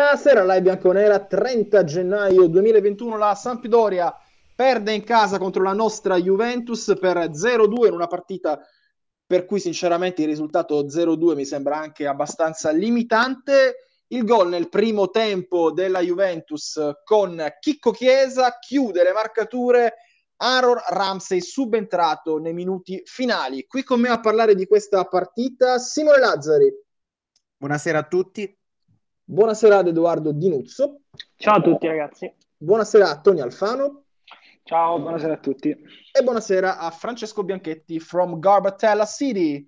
Buonasera, live bianconera, 30 gennaio 2021, la Sampdoria perde in casa contro la nostra Juventus per 0-2 in una partita per cui sinceramente il risultato 0-2 mi sembra anche abbastanza limitante. Il gol nel primo tempo della Juventus con Chicco Chiesa chiude le marcature. Aaron Ramsey subentrato nei minuti finali. Qui con me a parlare di questa partita Simone Lazzari. Buonasera a tutti. Buonasera ad Edoardo Dinuzzo. Ciao a tutti ragazzi. Buonasera a Tony Alfano. Ciao, buonasera a tutti. E buonasera a Francesco Bianchetti from Garbatella City.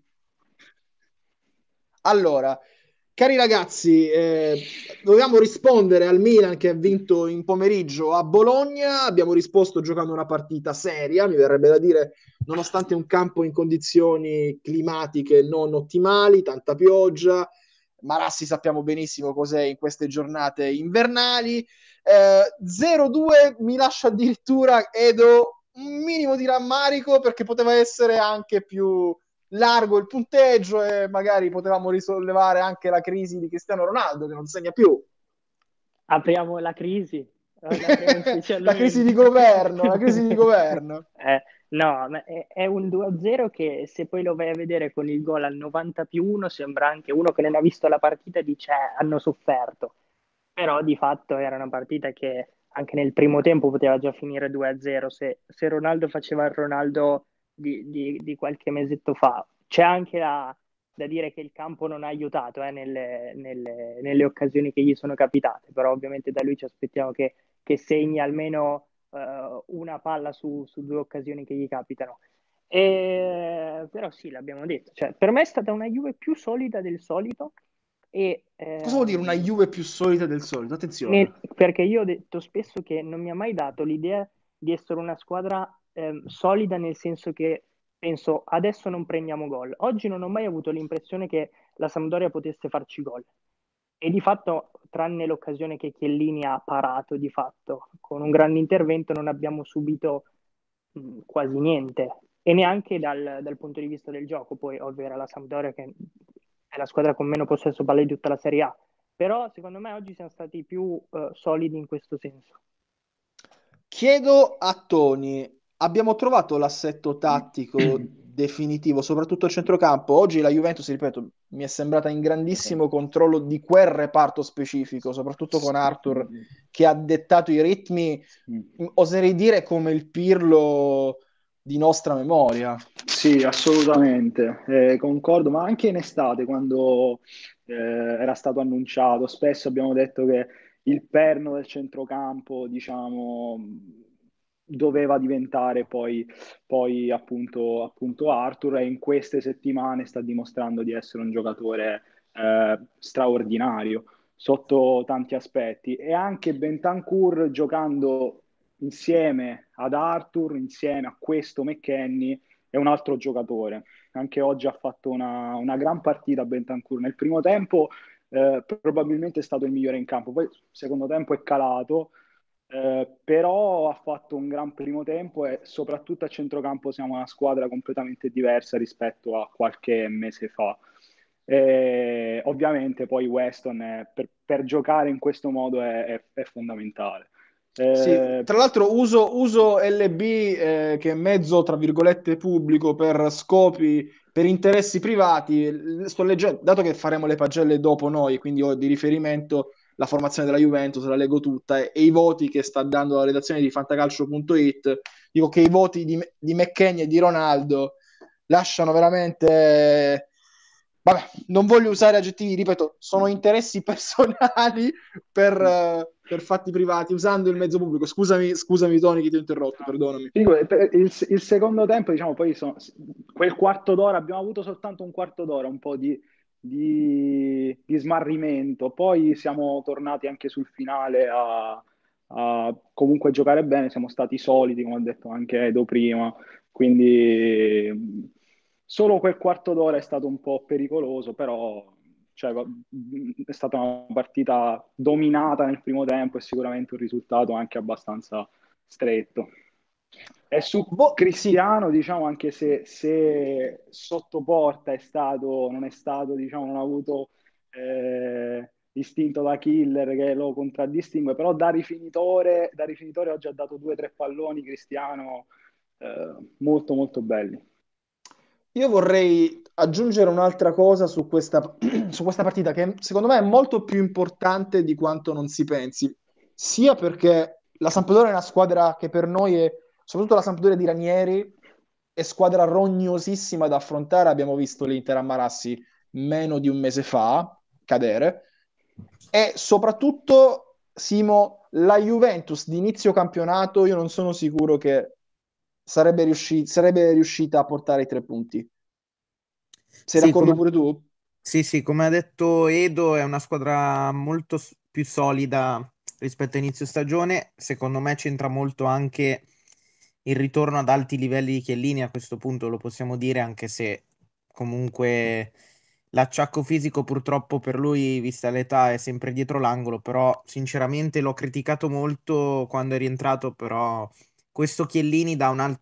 Allora, cari ragazzi, dovevamo rispondere al Milan che ha vinto in pomeriggio a Bologna. Abbiamo risposto giocando una partita seria, mi verrebbe da dire, nonostante un campo in condizioni climatiche non ottimali, tanta pioggia. Marassi sappiamo benissimo cos'è in queste giornate invernali. 0-2 mi lascia addirittura, Edo, un minimo di rammarico perché poteva essere anche più largo il punteggio e magari potevamo risollevare anche la crisi di Cristiano Ronaldo che non segna più. Apriamo la crisi. La crisi di governo, la crisi di governo. No, ma è un 2-0 che se poi lo vai a vedere con il gol al 90 più 1 sembra anche uno che non ha visto la partita e dice hanno sofferto. Però di fatto era una partita che anche nel primo tempo poteva già finire 2-0 se Ronaldo faceva il Ronaldo di qualche mesetto fa. C'è anche da dire che il campo non ha aiutato nelle occasioni che gli sono capitate, però ovviamente da lui ci aspettiamo che segni almeno una palla su due occasioni che gli capitano. Però sì, l'abbiamo detto, cioè, per me è stata una Juve più solida del solito. E, Cosa vuol dire una Juve più solida del solito? Attenzione. perché io ho detto spesso che non mi ha mai dato l'idea di essere una squadra solida, nel senso che penso adesso non prendiamo gol. Oggi non ho mai avuto l'impressione che la Sampdoria potesse farci gol. E di fatto, tranne l'occasione che Chiellini ha parato, di fatto, con un grande intervento non abbiamo subito quasi niente. E neanche dal punto di vista del gioco. Poi, ovvio, era la Sampdoria che è la squadra con meno possesso palla di tutta la Serie A. Però, secondo me, oggi siamo stati più solidi in questo senso. Chiedo a Tony, abbiamo trovato l'assetto tattico definitivo, soprattutto a centrocampo. Oggi la Juventus, ripeto, mi è sembrata in grandissimo controllo di quel reparto specifico, soprattutto con Arthur che ha dettato i ritmi, oserei dire come il Pirlo di nostra memoria. Sì, assolutamente, concordo, ma anche in estate quando era stato annunciato, spesso abbiamo detto che il perno del centrocampo, diciamo, doveva diventare poi appunto Arthur, e in queste settimane sta dimostrando di essere un giocatore straordinario sotto tanti aspetti, e anche Bentancur giocando insieme ad Arthur, insieme a questo McKennie, è un altro giocatore. Anche oggi ha fatto una gran partita Bentancur. Nel primo tempo probabilmente è stato il migliore in campo, poi il secondo tempo è calato, però ha fatto un gran primo tempo e soprattutto a centrocampo siamo una squadra completamente diversa rispetto a qualche mese fa. Ovviamente poi Weston per giocare in questo modo è fondamentale. Sì, tra l'altro uso LB che è mezzo, tra virgolette, pubblico per scopi, per interessi privati. Sto leggendo, dato che faremo le pagelle dopo noi, quindi ho di riferimento la formazione della Juventus, la leggo tutta, e i voti che sta dando la redazione di fantacalcio.it, dico che i voti di McKennie e di Ronaldo lasciano veramente... Vabbè, non voglio usare aggettivi, ripeto, sono interessi personali per fatti privati, usando il mezzo pubblico. Scusami Tony che ti ho interrotto, perdonami. Dico, il secondo tempo, diciamo, poi quel quarto d'ora, abbiamo avuto soltanto un quarto d'ora, un po' di smarrimento, poi siamo tornati anche sul finale a comunque giocare bene, siamo stati solidi, come ha detto anche Edo prima, quindi solo quel quarto d'ora è stato un po' pericoloso, però cioè, è stata una partita dominata nel primo tempo e sicuramente un risultato anche abbastanza stretto. E su Sì. Cristiano, diciamo, anche se sotto porta non è stato, diciamo, non ha avuto istinto da killer che lo contraddistingue, però da rifinitore oggi ha dato 2 o 3 palloni Cristiano molto molto belli. Io vorrei aggiungere un'altra cosa su questa, su questa partita che secondo me è molto più importante di quanto non si pensi, sia perché la Sampdoria è una squadra che per noi è, soprattutto la Sampdoria di Ranieri, è squadra rognosissima da affrontare. Abbiamo visto l'Inter a Marassi meno di un mese fa cadere, e soprattutto, Simo, la Juventus di inizio campionato io non sono sicuro che sarebbe riuscita a portare i 3 punti. Sei Sì, d'accordo pure tu? sì, sì, come ha detto Edo, è una squadra molto più solida rispetto a inizio stagione. Secondo me c'entra molto anche il ritorno ad alti livelli di Chiellini, a questo punto lo possiamo dire, anche se comunque l'acciacco fisico purtroppo per lui, vista l'età, è sempre dietro l'angolo, però sinceramente l'ho criticato molto quando è rientrato, però questo Chiellini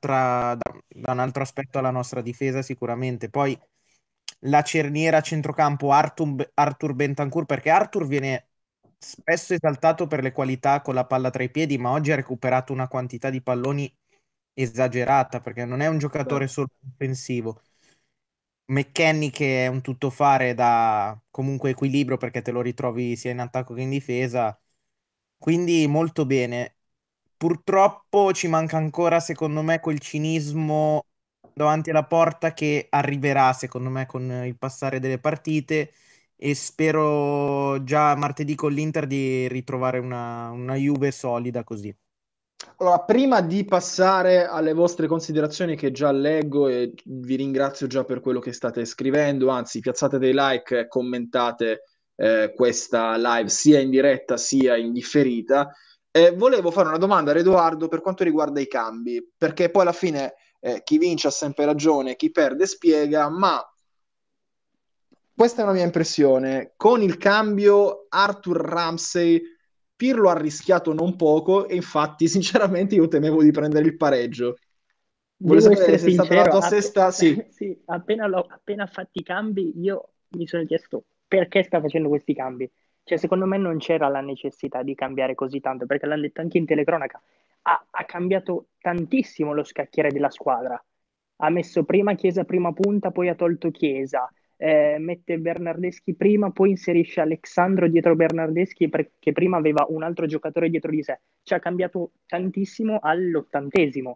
dà un altro aspetto alla nostra difesa sicuramente. Poi la cerniera a centrocampo Arthur Bentancur, perché Arthur viene spesso esaltato per le qualità con la palla tra i piedi, ma oggi ha recuperato una quantità di palloni esagerata, perché non è un giocatore Certo. solo offensivo. McKennie che è un tuttofare da comunque equilibrio perché te lo ritrovi sia in attacco che in difesa, quindi molto bene. Purtroppo ci manca ancora, secondo me, quel cinismo davanti alla porta che arriverà, secondo me, con il passare delle partite, e spero già martedì con l'Inter di ritrovare una Juve solida così. Allora, prima di passare alle vostre considerazioni che già leggo, e vi ringrazio già per quello che state scrivendo, anzi piazzate dei like e commentate questa live sia in diretta sia in differita, volevo fare una domanda ad Edoardo per quanto riguarda i cambi, perché poi alla fine chi vince ha sempre ragione, chi perde spiega, ma questa è una mia impressione. Con il cambio Arthur Ramsey, Pirlo ha rischiato non poco e infatti sinceramente io temevo di prendere il pareggio. Voglio Devo sapere essere se è stata la sincero, tua sesta. Sì, sì, appena fatti i cambi, io mi sono chiesto perché sta facendo questi cambi. Cioè, secondo me non c'era la necessità di cambiare così tanto, perché l'hanno detto anche in telecronaca. Ha cambiato tantissimo lo scacchiere della squadra. Ha messo prima Chiesa prima punta, poi ha tolto Chiesa, mette Bernardeschi prima, poi inserisce Alexandro dietro Bernardeschi perché prima aveva un altro giocatore dietro di sé. Cioè, ha cambiato tantissimo all'80°.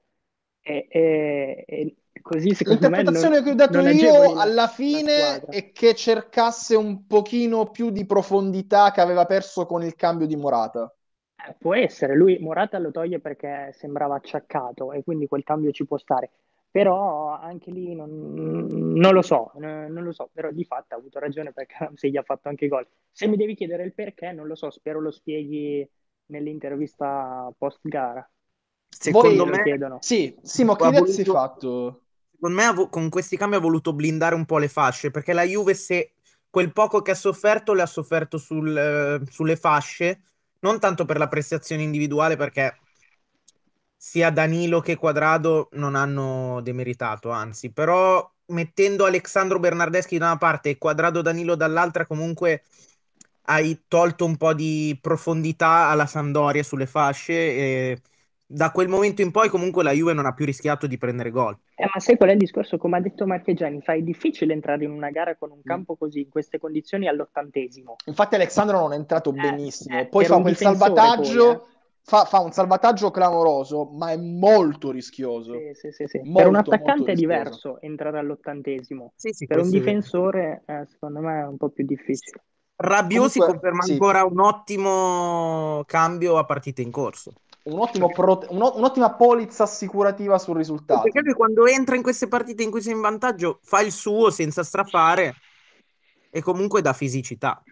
E così secondo me l'interpretazione che ho dato non io agevoli alla la fine squadra. è che cercasse un pochino più di profondità che aveva perso con il cambio di Morata. Può essere, lui Morata lo toglie perché sembrava acciaccato e quindi quel cambio ci può stare, però anche lì non lo so, non lo so, però di fatto ha avuto ragione perché Ramsey gli ha fatto anche gol. Se mi devi chiedere il perché, non lo so, spero lo spieghi nell'intervista post gara, Secondo se lo Voi, me chiedono. sì, Simo, che ha idea ti sei voluto, fatto? secondo me con questi cambi ha voluto blindare un po' le fasce, perché la Juve se quel poco che ha sofferto le ha sofferto sulle fasce, non tanto per la prestazione individuale, perché sia Danilo che Quadrado non hanno demeritato, anzi, però mettendo Alexandro Bernardeschi da una parte e Quadrado Danilo dall'altra, comunque hai tolto un po' di profondità alla Sampdoria sulle fasce, e da quel momento in poi comunque la Juve non ha più rischiato di prendere gol. Ma sai qual è il discorso? Come ha detto Marchegiani, fa è difficile entrare in una gara con un Mm. campo così, in queste condizioni all'80°. Infatti Alessandro non è entrato benissimo, poi Per fa un quel difensore poi, salvataggio, fa un salvataggio clamoroso, ma è molto rischioso, Sì, sì, sì, sì. Per un molto molto attaccante è rischioso. diverso entrare all'80°. Sì, sì, Per un questo è vero. difensore, secondo me, è un po' più difficile. Rabiot Comunque, conferma sì, ancora un ottimo cambio a partita in corso. un'ottima polizza assicurativa sul Perché risultato. lui quando entra in queste partite in cui sei in vantaggio fa il suo senza strafare e comunque dà fisicità.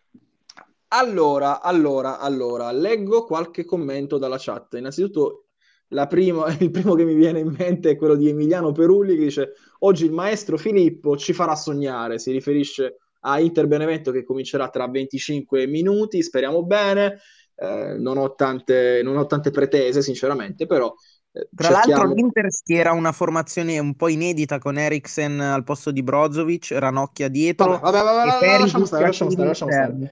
Allora, leggo qualche commento dalla chat. Innanzitutto, il primo che mi viene in mente è quello di Emiliano Perulli che dice: Oggi il maestro Filippo ci farà sognare. Si riferisce a Inter Benevento che comincerà tra 25 minuti. Speriamo bene. Non ho tante pretese, sinceramente, però Tra l'altro cerchiamo. l'Inter schiera una formazione un po' inedita con Eriksen al posto di Brozovic, Ranocchia Vabbè, dietro vabbè, vabbè, e lasciamo Perisic stare, a lasciamo stare, lasciamo stare. esterni.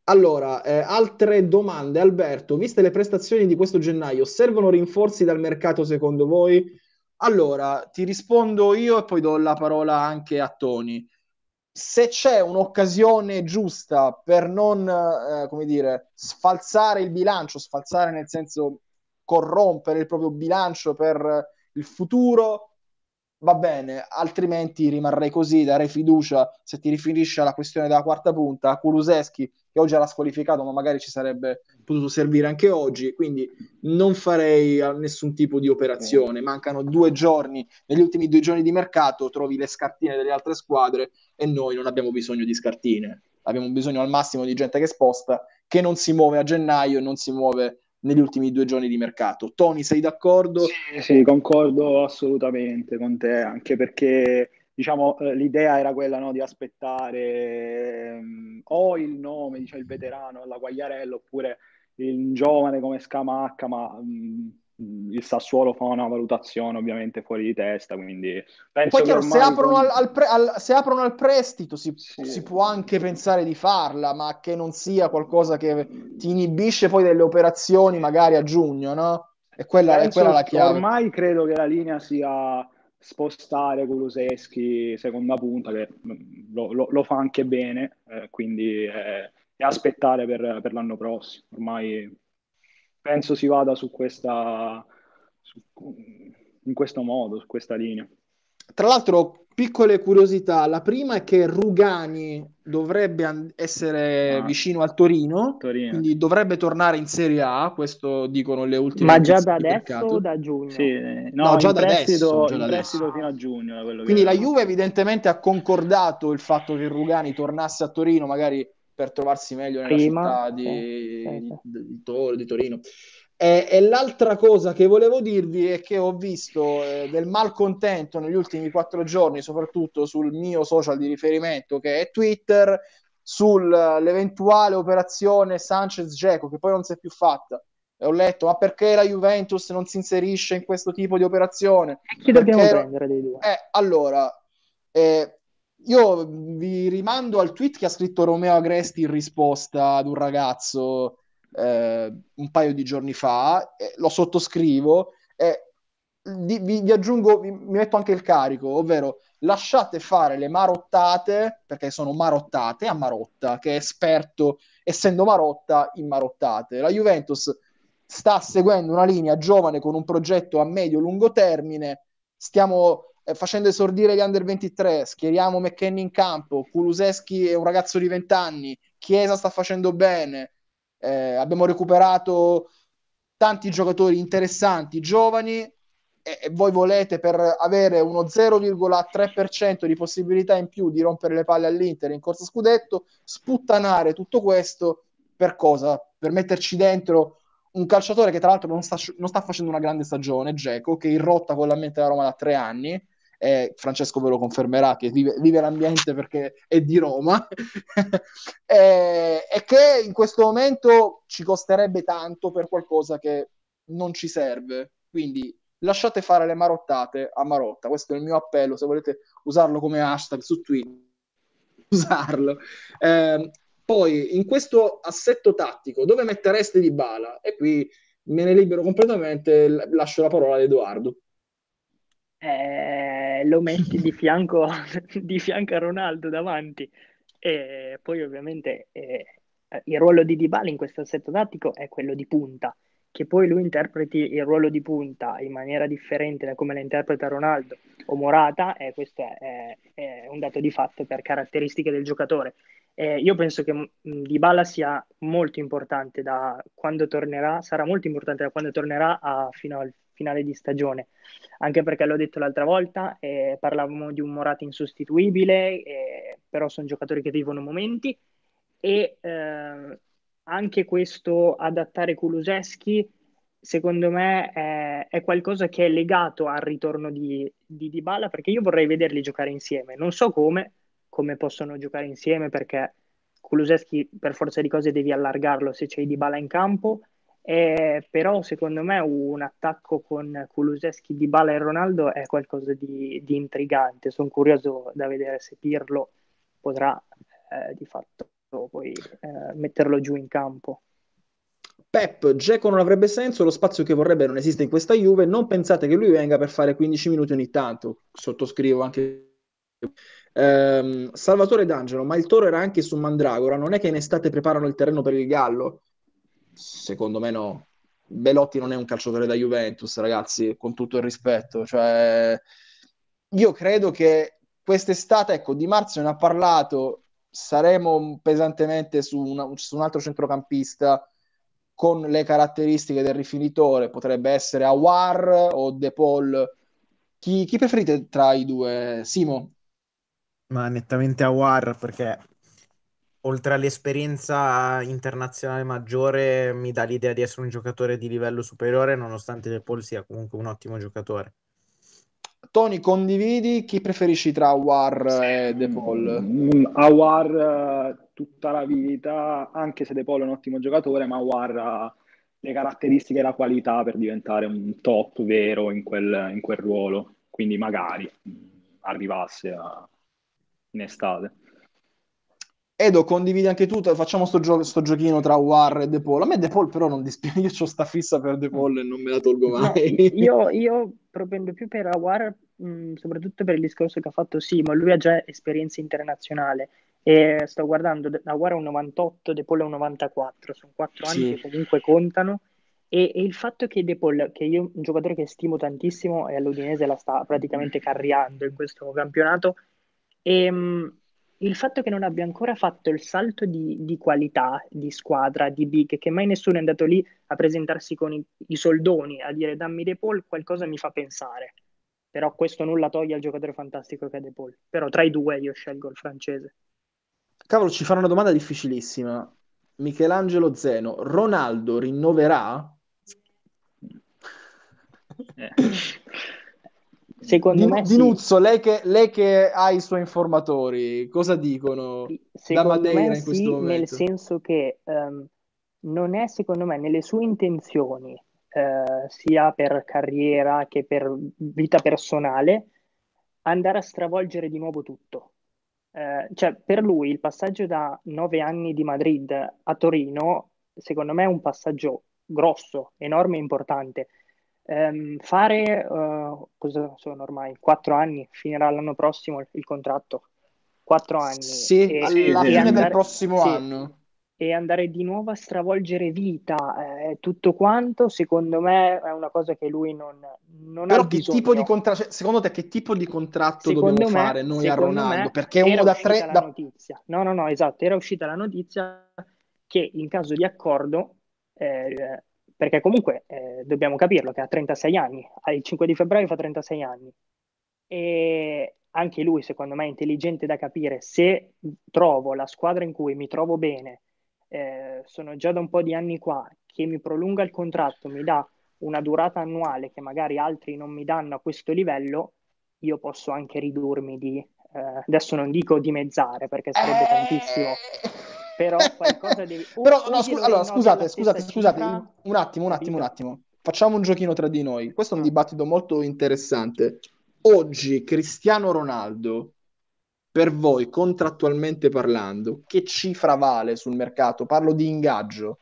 Allora, altre domande, Alberto. Viste le prestazioni di questo gennaio, servono rinforzi dal mercato secondo voi? Allora, ti rispondo io e poi do la parola anche a Tony. Se c'è un'occasione giusta per non, come dire, sfalsare il bilancio, sfalsare nel senso corrompere il proprio bilancio per il futuro, va bene, altrimenti rimarrei così, darei fiducia, se ti riferisci alla questione della quarta punta, a Kulusevski, che oggi era squalificato, ma magari ci sarebbe potuto servire anche oggi, quindi non farei nessun tipo di operazione. Mancano 2 giorni, negli ultimi 2 giorni di mercato trovi le scartine delle altre squadre e noi non abbiamo bisogno di scartine, abbiamo bisogno al massimo di gente che sposta, che non si muove a gennaio e non si muove negli ultimi 2 giorni di mercato. Tony, sei d'accordo? Sì, sì, concordo assolutamente con te, anche perché diciamo, l'idea era quella, no, di aspettare o il nome, diciamo, il veterano alla Quagliarella oppure il giovane come Scamacca, ma il Sassuolo fa una valutazione ovviamente fuori di testa, quindi Poi penso che chiaro, se ormai aprono con... se aprono al prestito si Sì, può anche pensare di farla, ma che non sia qualcosa che ti inibisce poi delle operazioni magari a giugno, no? È quella penso la che chiave. ormai credo che la linea sia spostare Kulusevski seconda punta, che lo fa anche bene, quindi e aspettare per l'anno prossimo. Ormai penso si vada su questa, in questo modo, su questa linea. Tra l'altro, piccole curiosità. La prima è che Rugani dovrebbe essere Ah, vicino al Torino, Torino. quindi dovrebbe tornare in Serie A, questo dicono le ultime Ma già notizie da di adesso o mercato. da Sì, giugno? No, no, già in da adesso. prestito fino a giugno, da quello Quindi la che... Juve evidentemente ha concordato il fatto che Rugani tornasse a Torino, magari per trovarsi meglio nella Prima? città Sì, sì, sì. di Torino. E l'altra cosa che volevo dirvi è che ho visto del malcontento negli ultimi 4 giorni, soprattutto sul mio social di riferimento che è Twitter, sull'eventuale operazione Sanchez-Dzeko, che poi non si è più fatta. E ho letto, ma perché la Juventus non si inserisce in questo tipo di operazione? E chi dobbiamo Perché, prendere dei due? allora, eh, io vi rimando al tweet che ha scritto Romeo Agresti in risposta ad un ragazzo un paio di giorni fa, lo sottoscrivo e vi aggiungo, mi metto anche il carico, ovvero lasciate fare le marottate, perché sono marottate a Marotta, che è esperto, essendo Marotta, in marottate. La Juventus sta seguendo una linea giovane con un progetto a medio-lungo termine, stiamo facendo esordire gli under 23, schieriamo McKennie in campo, Kulusevski è un ragazzo di 20 anni, Chiesa sta facendo bene, abbiamo recuperato tanti giocatori interessanti, giovani, e voi volete per avere uno 0,3% di possibilità in più di rompere le palle all'Inter in corsa scudetto, sputtanare tutto questo per cosa? Per metterci dentro un calciatore che tra l'altro non sta facendo una grande stagione, Dzeko, che è in rotta con la mente della Roma da 3 anni, Francesco ve lo confermerà che vive l'ambiente perché è di Roma, e che in questo momento ci costerebbe tanto per qualcosa che non ci serve. Quindi lasciate fare le marottate a Marotta. Questo è il mio appello. Se volete usarlo come hashtag su Twitter, usarlo. Poi in questo assetto tattico, dove mettereste Dybala? E qui me ne libero completamente, lascio la parola ad Edoardo. Lo metti di fianco, di fianco a Ronaldo davanti. E poi ovviamente il ruolo di Dybala in questo assetto tattico è quello di punta. Che poi lui interpreti il ruolo di punta in maniera differente da come la interpreta Ronaldo o Morata, questo è un dato di fatto per caratteristiche del giocatore. Io penso che Dybala sia molto importante da quando tornerà, sarà molto importante da quando tornerà fino al finale di stagione, anche perché l'ho detto l'altra volta, parlavamo di un Morata insostituibile, però sono giocatori che vivono momenti e anche questo adattare Kulusevski secondo me è qualcosa che è legato al ritorno di Dybala, perché io vorrei vederli giocare insieme, non so come possono giocare insieme, perché Kulusevski per forza di cose devi allargarlo se c'è Dybala in campo, però secondo me un attacco con Kulusevski, Dybala e Ronaldo è qualcosa di intrigante. Sono curioso da vedere se Pirlo potrà di fatto poi metterlo giù in campo. Pep, Dzeko non avrebbe senso, lo spazio che vorrebbe non esiste in questa Juve, non pensate che lui venga per fare 15 minuti ogni tanto, sottoscrivo anche. Salvatore D'Angelo, ma il Toro era anche su Mandragora, non è che in estate preparano il terreno per il Gallo? Secondo me no. Belotti non è un calciatore da Juventus, ragazzi, con tutto il rispetto. Cioè, io credo che quest'estate, ecco, Di Marzio ne ha parlato, saremo pesantemente su un altro centrocampista con le caratteristiche del rifinitore, potrebbe essere Aouar o De Paul. Chi preferite tra i due? Simo? Ma nettamente Aouar, perché oltre all'esperienza internazionale maggiore mi dà l'idea di essere un giocatore di livello superiore, nonostante De Paul sia comunque un ottimo giocatore. Tony, condividi? Chi preferisci tra Aouar e De Paul? Aouar tutta la vita, anche se De Paul è un ottimo giocatore, ma Aouar ha le caratteristiche e la qualità per diventare un top vero in quel ruolo. Quindi magari arrivasse in estate. Edo, condividi anche tu? Facciamo sto giochino tra War e De Paul. A me De Paul però non dispiace, io ho sta fissa per De Paul e non me la tolgo No, mai. io propendo più per Aouar, soprattutto per il discorso che ha fatto Simo. Lui ha già esperienza internazionale e sto guardando, Aouar è un 98, De Paul è un 94, sono 4 anni Sì. che comunque contano e il fatto che De Paul, che io un giocatore che stimo tantissimo e all'Udinese la sta praticamente carriando in questo campionato, e il fatto che non abbia ancora fatto il salto di qualità, di squadra, di big, che mai nessuno è andato lì a presentarsi con i soldoni, a dire dammi De Paul, qualcosa mi fa pensare. Però questo nulla toglie al giocatore fantastico che è De Paul. Però tra i due io scelgo il francese. Cavolo, ci fanno una domanda difficilissima. Michelangelo Zeno, Ronaldo rinnoverà? Eh. Secondo me sì. Dinuzzo, lei che ha i suoi informatori, cosa dicono da Secondo me Madeira in questo sì, nel momento? senso che non è secondo me nelle sue intenzioni, sia per carriera che per vita personale, andare a stravolgere di nuovo tutto. Cioè, per lui il passaggio da 9 anni di Madrid a Torino, secondo me è un passaggio grosso, enorme e importante. Cosa sono ormai? 4 anni, finirà l'anno prossimo il contratto. 4 anni Sì, e, Sì, alla e fine sì. del andare, prossimo sì, anno. e andare di nuovo a stravolgere vita, tutto quanto, secondo me è una cosa che lui non ha il Però che tipo di bisogno. contratto, secondo te che tipo di contratto dobbiamo fare noi a Secondo Ronaldo? me Perché era uno da uscita tre, la notizia. No, no, no, esatto, era uscita la notizia che in caso di accordo, perché comunque dobbiamo capirlo che ha 36 anni, il 5 di febbraio fa 36 anni, e anche lui secondo me è intelligente da capire se trovo la squadra in cui mi trovo bene, sono già da un po' di anni qua, che mi prolunga il contratto, mi dà una durata annuale che magari altri non mi danno a questo livello, io posso anche ridurmi adesso non dico dimezzare perché sarebbe tantissimo, però qualcosa devi, Però, o no, glielo allora, rinnovi alla stessa scusate, cifra, un capito? attimo. Facciamo un giochino tra di noi. Questo è un Ah. dibattito molto interessante. Oggi, Cristiano Ronaldo, per voi, contrattualmente parlando, che cifra vale sul mercato? Parlo di ingaggio.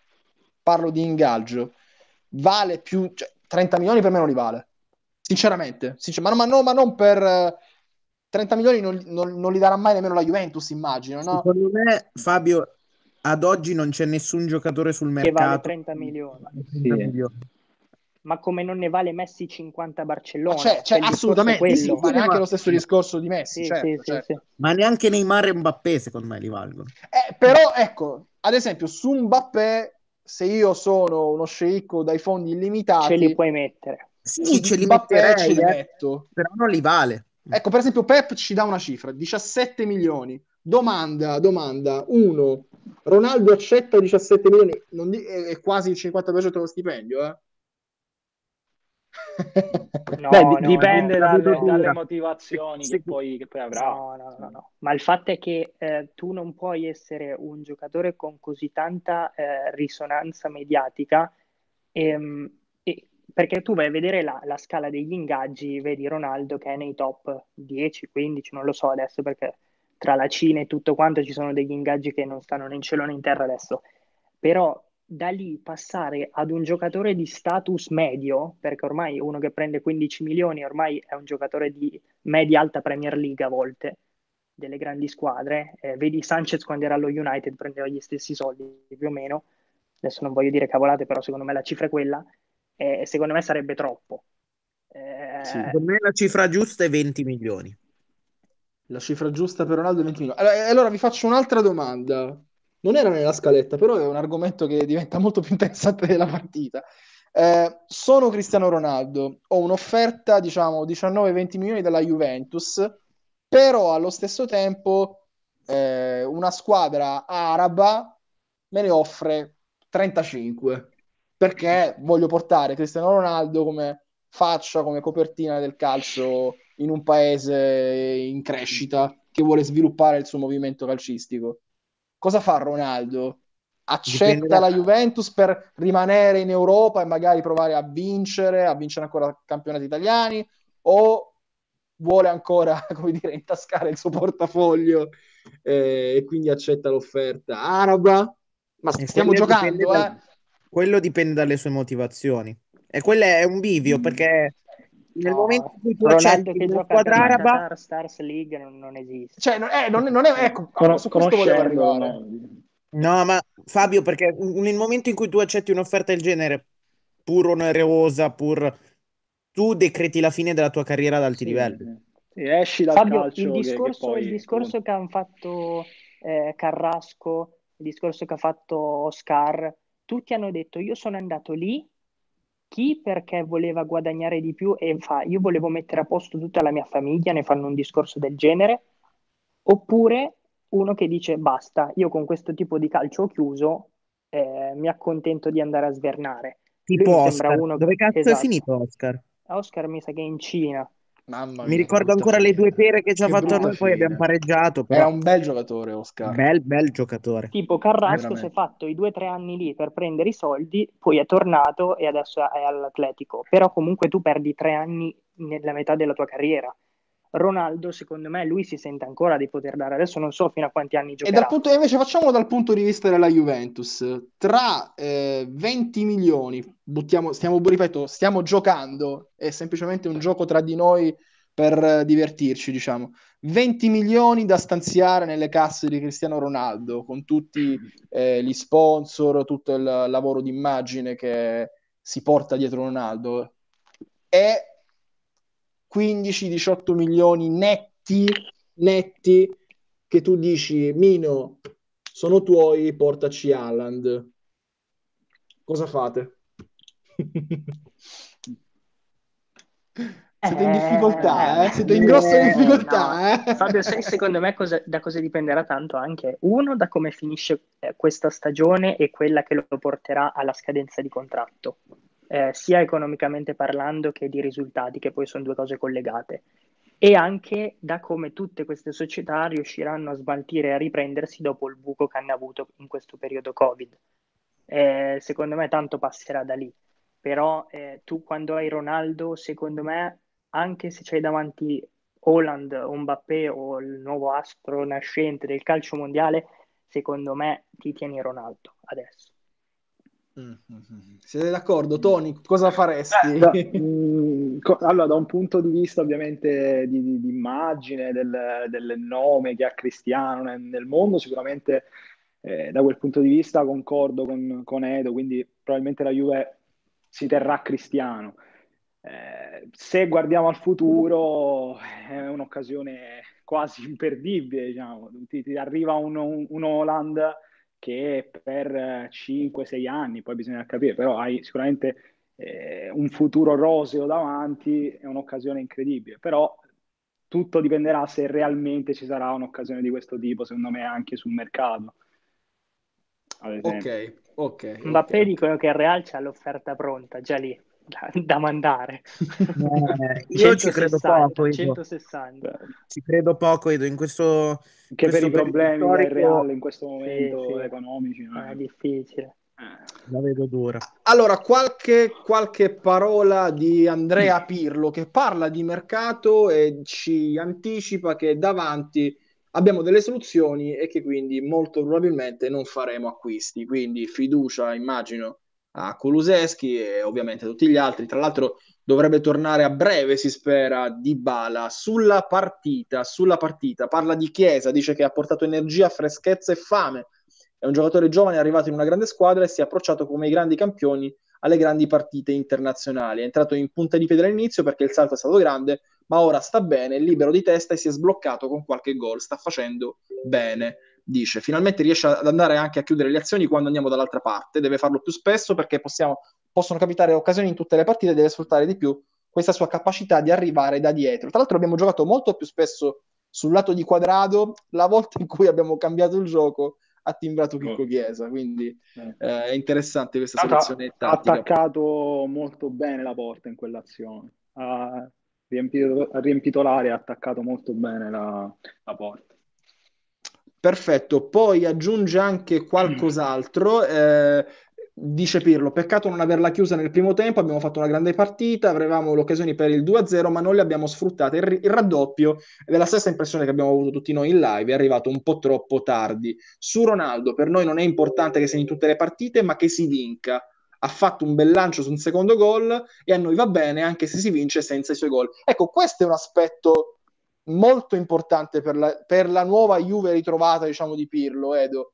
Vale più, cioè, 30 milioni per me non li vale. Sinceramente. Ma non per 30 milioni non li darà mai nemmeno la Juventus, immagino, no? Secondo me, Fabio, ad oggi non c'è nessun giocatore sul Che vale mercato 30 che milioni. vale 30 Sì. milioni. Ma come non ne vale Messi 50 a Ma Barcellona? c'è Cioè il discorso è assolutamente, sì, quello. vale anche Ma, lo stesso discorso di Messi, Sì, sì, certo, sì, sì. certo. ma neanche Neymar e Mbappé, secondo me, li valgono. Però, ecco, ad esempio, su Mbappé, se io sono uno sceicco dai fondi Ce li illimitati, puoi mettere. su Sì, ce li Mbappé ce metterei, li metto. però non li vale. Ecco, per esempio, Pep ci dà una cifra, 17 milioni. Domanda, uno, Ronaldo accetta 17 milioni, è quasi il 50% dello stipendio, eh? Beh, No, no, no, dipende La vedo no, dalle dura. motivazioni che poi avrà. no, no, no, no. Ma il fatto è che tu non puoi essere un giocatore con così tanta risonanza mediatica, ehm, perché tu vai a vedere la scala degli ingaggi, vedi Ronaldo che è nei top 10, 15, non lo so adesso perché tra la Cina e tutto quanto ci sono degli ingaggi che non stanno né in cielo né in terra adesso, però da lì passare ad un giocatore di status medio, perché ormai uno che prende 15 milioni ormai è un giocatore di media-alta Premier League a volte, delle grandi squadre, vedi Sanchez quando era allo United prendeva gli stessi soldi più o meno, adesso non voglio dire cavolate, però secondo me la cifra è quella, e secondo me sarebbe troppo. Sì. Secondo me la cifra giusta è 20 milioni. La cifra giusta per Ronaldo è 20 milioni. Allora vi faccio un'altra domanda. Non era nella scaletta, però è un argomento che diventa molto più interessante della partita. Sono Cristiano Ronaldo, ho un'offerta, diciamo, 19-20 milioni dalla Juventus, però allo stesso tempo una squadra araba me ne offre 35, perché voglio portare Cristiano Ronaldo come faccia, come copertina del calcio in un paese in crescita che vuole sviluppare il suo movimento calcistico. Cosa fa Ronaldo? Accetta la Juventus per rimanere in Europa e magari provare a vincere ancora campionati italiani, o vuole ancora, come dire, intascare il suo portafoglio e quindi accetta l'offerta araba? Ma stiamo giocando, quello dipende dalle sue motivazioni. E quello è un bivio, perché nel momento in cui tu Ronaldo accetti che una gioca squadra a araba, Qatar Stars League non esiste. Cioè, non è ecco, su questo volevo arrivare. No, ma Fabio, perché nel momento in cui tu accetti un'offerta del genere, pur onerosa, tu decreti la fine della tua carriera ad alti livelli. Sì, esci dal Fabio, calcio il discorso che hanno fatto Carrasco, il discorso che ha fatto Oscar, tutti hanno detto io sono andato lì, chi perché voleva guadagnare di più e io volevo mettere a posto tutta la mia famiglia, ne fanno un discorso del genere, oppure uno che dice basta, io con questo tipo di calcio ho chiuso, mi accontento di andare a svernare. Tipo Lui mi Oscar. sembra uno... Dove cazzo esatto. è finito Oscar? Oscar mi sa che è in Cina. Mamma mia, mi ricordo ancora le 2 pere che ci ha fatto a noi, poi fine. abbiamo pareggiato. Però... Era un bel giocatore, Oscar. Bel giocatore. Tipo Carrasco si è fatto i 2 o 3 anni lì per prendere i soldi, poi è tornato e adesso è all'Atletico. Però comunque tu perdi 3 anni nella metà della tua carriera. Ronaldo, secondo me, lui si sente ancora di poter dare. Adesso non so fino a quanti anni giocherà. Invece facciamolo dal punto di vista della Juventus. Tra 20 milioni, stiamo giocando, è semplicemente un gioco tra di noi per divertirci, diciamo. 20 milioni da stanziare nelle casse di Cristiano Ronaldo, con tutti gli sponsor, tutto il lavoro d'immagine che si porta dietro Ronaldo, e 15-18 milioni netti che tu dici, Mino, sono tuoi, portaci Haaland. Cosa fate? Siete in difficoltà, siete in grossa difficoltà. No. Fabio, sai secondo me da cosa dipenderà tanto anche? Uno, da come finisce questa stagione e quella che lo porterà alla scadenza di contratto, sia economicamente parlando che di risultati, che poi sono 2 cose collegate, e anche da come tutte queste società riusciranno a smaltire e a riprendersi dopo il buco che hanno avuto in questo periodo Covid. Secondo me tanto passerà da lì, però tu quando hai Ronaldo, secondo me, anche se c'hai davanti Haaland o Mbappé o il nuovo astro nascente del calcio mondiale, secondo me ti tieni Ronaldo adesso. Siete d'accordo, Tony? Cosa faresti? Allora, da un punto di vista ovviamente di immagine del nome che ha Cristiano nel mondo, sicuramente da quel punto di vista concordo con Edo, quindi probabilmente la Juve si terrà Cristiano. Se guardiamo al futuro è un'occasione quasi imperdibile, diciamo. Ti arriva un Haaland che per 5-6 anni, poi bisogna capire, però hai sicuramente un futuro roseo davanti, è un'occasione incredibile, però tutto dipenderà se realmente ci sarà un'occasione di questo tipo, secondo me, anche sul mercato. Ok. Mbappé dicono che il Real c'ha l'offerta pronta, già lì, da mandare. Io ci credo poco, 160. Ci credo poco, Edo, in questo... Che per i problemi del storico... Real in questo momento sì. economici. È difficile. La vedo dura. Allora, qualche parola di Andrea Pirlo, che parla di mercato e ci anticipa che davanti abbiamo delle soluzioni e che quindi molto probabilmente non faremo acquisti. Quindi fiducia, immagino, a Kulusevski e ovviamente a tutti gli altri. Tra l'altro dovrebbe tornare a breve, si spera, Dybala. Sulla partita, parla di Chiesa, dice che ha portato energia, freschezza e fame. È un giocatore giovane, arrivato in una grande squadra e si è approcciato come i grandi campioni alle grandi partite internazionali. È entrato in punta di piede all'inizio perché il salto è stato grande, ma ora sta bene, libero di testa e si è sbloccato con qualche gol. Sta facendo bene, dice. Finalmente riesce ad andare anche a chiudere le azioni quando andiamo dall'altra parte. Deve farlo più spesso perché possono capitare occasioni in tutte le partite, deve sfruttare di più questa sua capacità di arrivare da dietro. Tra l'altro abbiamo giocato molto più spesso sul lato di Quadrado, la volta in cui abbiamo cambiato il gioco ha timbrato Chicco Chiesa, quindi è interessante questa selezione Ha tattica. attaccato molto bene la porta in quell'azione, ha riempito l'area, ha attaccato molto bene la porta. Perfetto, poi aggiunge anche qualcos'altro, dice Pirlo, peccato non averla chiusa nel primo tempo, abbiamo fatto una grande partita, avevamo le occasioni per il 2-0, ma non le abbiamo sfruttate. Il raddoppio, ed è la stessa impressione che abbiamo avuto tutti noi in live, è arrivato un po' troppo tardi. Su Ronaldo, per noi non è importante che sia in tutte le partite, ma che si vinca. Ha fatto un bel lancio su un secondo gol e a noi va bene anche se si vince senza i suoi gol. Ecco, questo è un aspetto molto importante per la nuova Juve ritrovata, diciamo, di Pirlo, Edo.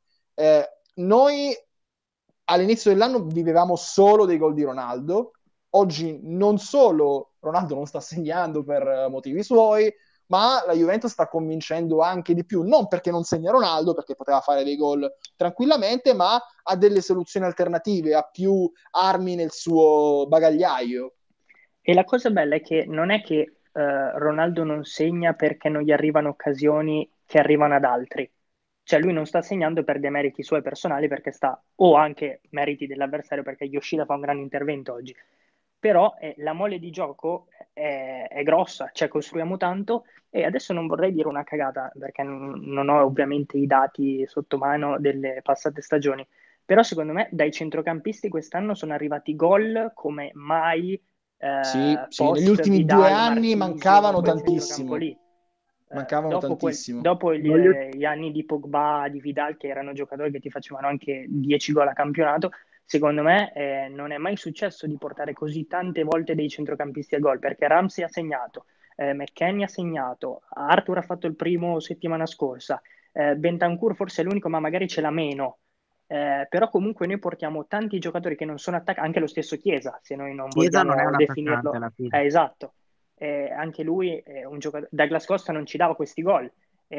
Noi all'inizio dell'anno vivevamo solo dei gol di Ronaldo. Oggi non solo Ronaldo non sta segnando per motivi suoi, ma la Juventus sta convincendo anche di più, non perché non segna Ronaldo, perché poteva fare dei gol tranquillamente, ma ha delle soluzioni alternative, ha più armi nel suo bagagliaio. E la cosa bella è che non è che Ronaldo non segna perché non gli arrivano occasioni che arrivano ad altri. Cioè lui non sta segnando per dei meriti suoi personali perché o anche meriti dell'avversario perché Yoshida fa un grande intervento oggi. Però la mole di gioco è grossa, cioè costruiamo tanto e adesso non vorrei dire una cagata perché non ho ovviamente i dati sotto mano delle passate stagioni, però secondo me dai centrocampisti quest'anno sono arrivati gol come mai Sì, negli post ultimi 2 Vidal, anni Marchisio, mancavano quel centrocampo tantissimo. lì. Mancavano tantissimo. Dopo gli anni di Pogba, di Vidal, che erano giocatori che ti facevano anche 10 gol a campionato, secondo me non è mai successo di portare così tante volte dei centrocampisti a gol, perché Ramsey ha segnato, McKennie ha segnato, Arthur ha fatto il primo settimana scorsa, Bentancur forse è l'unico, ma magari ce l'ha meno. Però comunque noi portiamo tanti giocatori che non sono attaccanti, anche lo stesso Chiesa, se noi non Chiesa non è vogliamo un attaccante definirlo. alla fine. Esatto. Anche lui è un giocatore. Douglas Costa non ci dava questi gol.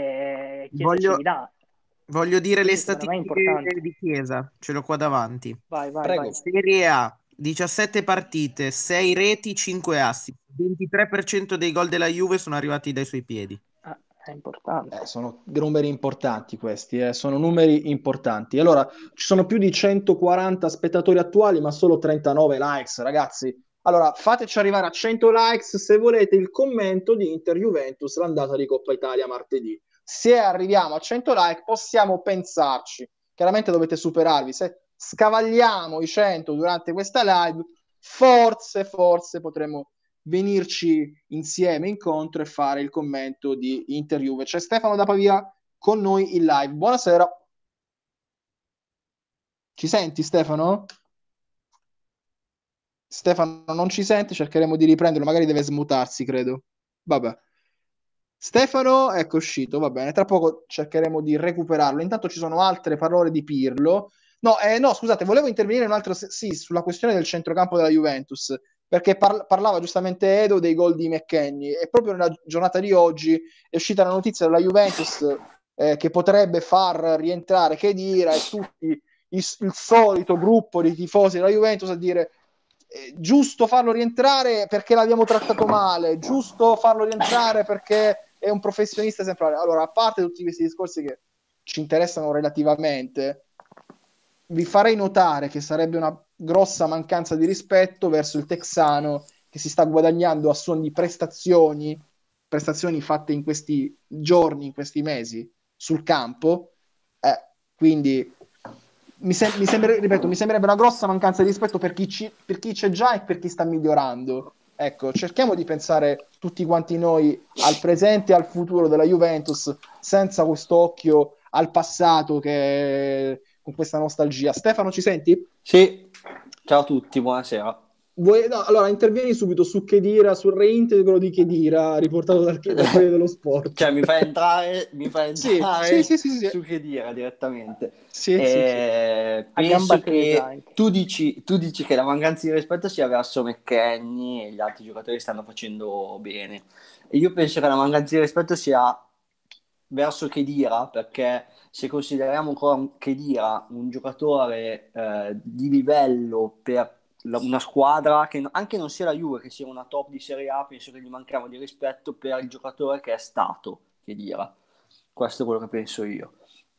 Chiesa ce li dà. Voglio dire le Quindi secondo me è statistiche importante. di Chiesa, ce l'ho qua davanti. Vai. Prego. Serie A, 17 partite, 6 reti, 5 assist. 23% dei gol della Juve sono arrivati dai suoi piedi. È importante. Sono numeri importanti questi, sono numeri importanti. Allora, ci sono più di 140 spettatori attuali, ma solo 39 likes, ragazzi. Allora, fateci arrivare a 100 likes se volete il commento di Inter-Juventus, l'andata di Coppa Italia martedì. Se arriviamo a 100 like, possiamo pensarci. Chiaramente dovete superarvi. Se scavagliamo i 100 durante questa live, forse potremo venirci insieme incontro e fare il commento di Inter-Juve. C'è Stefano da Pavia con noi in live. Buonasera. Ci senti, Stefano? Stefano non ci sente, cercheremo di riprenderlo, magari deve smutarsi, credo. Vabbè. Stefano, ecco uscito, va bene, tra poco cercheremo di recuperarlo. Intanto ci sono altre parole di Pirlo. No, scusate, volevo intervenire un altro, sì, sulla questione del centrocampo della Juventus, perché parlava giustamente Edo dei gol di McKennie e proprio nella giornata di oggi è uscita la notizia della Juventus che potrebbe far rientrare Khedira e tutti il solito gruppo di tifosi della Juventus a dire giusto farlo rientrare perché l'abbiamo trattato male, giusto farlo rientrare perché è un professionista esemplare. Allora, a parte tutti questi discorsi che ci interessano relativamente, vi farei notare che sarebbe una grossa mancanza di rispetto verso il texano che si sta guadagnando a suon di prestazioni fatte in questi giorni, in questi mesi sul campo. Quindi mi sembrerebbe una grossa mancanza di rispetto per chi c'è già e per chi sta migliorando. Ecco, cerchiamo di pensare tutti quanti noi al presente e al futuro della Juventus senza questo occhio al passato con questa nostalgia. Stefano, ci senti? Sì, ciao a tutti, buonasera. No, allora, intervieni subito su Khedira, sul reintegro di Khedira, riportato dal Corriere dello Sport. Cioè, mi fai Sì, sì, entrare sì, sì, sì. su che dire direttamente. Sì, sì, sì. A gamba Penso tesa che anche. tu dici che la mancanza di rispetto sia verso McKennie e gli altri giocatori stanno facendo bene. E io penso che la mancanza di rispetto sia verso Khedira, perché se consideriamo ancora Khedira un giocatore di livello per una squadra che anche non sia la Juve, che sia una top di Serie A, penso che gli manchiamo di rispetto per il giocatore che è stato Khedira. Questo è quello che penso io.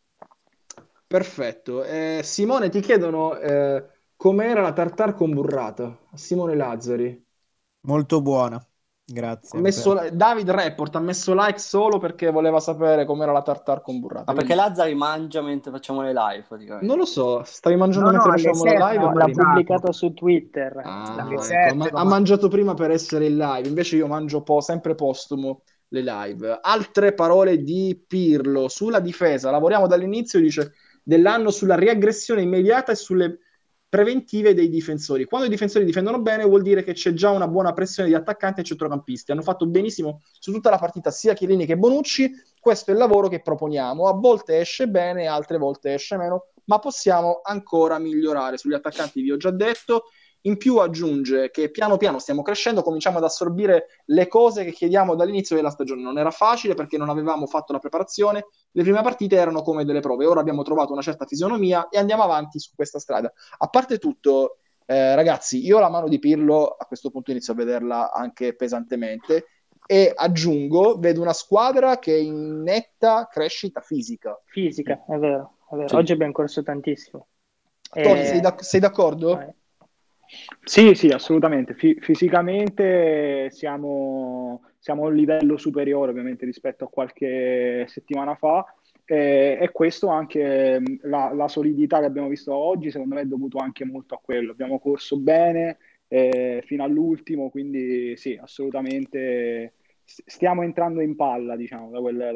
Perfetto. Simone, ti chiedono com'era la tartar con burrata? Simone Lazzari. Molto buona, grazie. David Report ha messo like solo perché voleva sapere com'era la tartar con burrata. Ma perché Quindi, Lazzari mangia mentre facciamo le live, non lo praticamente? so, stavi mangiando No, no, mentre alle facevamo le 7 live o ho L'ha prima? mangiato. pubblicato su Twitter. Alle Ah, ecco, 7 l'ho ha mangiato prima per essere in live, invece io mangio sempre postumo le live. Altre parole di Pirlo sulla difesa, lavoriamo dall'inizio, dice, dell'anno sulla riaggressione immediata e sulle preventive dei difensori. Quando i difensori difendono bene vuol dire che c'è già una buona pressione di attaccanti e centrocampisti. Hanno fatto benissimo su tutta la partita sia Chiellini che Bonucci. Questo è il lavoro che proponiamo. A volte esce bene, altre volte esce meno, ma possiamo ancora migliorare. Sugli attaccanti vi ho già detto. In più aggiunge che piano piano stiamo crescendo, cominciamo ad assorbire le cose che chiediamo dall'inizio della stagione. Non era facile perché non avevamo fatto la preparazione, le prime partite erano come delle prove, ora abbiamo trovato una certa fisionomia e andiamo avanti su questa strada. A parte tutto, ragazzi, io la mano di Pirlo a questo punto inizio a vederla anche pesantemente e aggiungo, vedo una squadra che è in netta crescita fisica. Fisica, è vero, è vero. Sì. Oggi abbiamo corso tantissimo. Tony, sei d'accordo? Vai. Sì, sì, assolutamente. Fisicamente siamo a un livello superiore ovviamente rispetto a qualche settimana fa e questo anche la solidità che abbiamo visto oggi secondo me è dovuto anche molto a quello. Abbiamo corso bene fino all'ultimo, quindi sì, assolutamente stiamo entrando in palla, diciamo,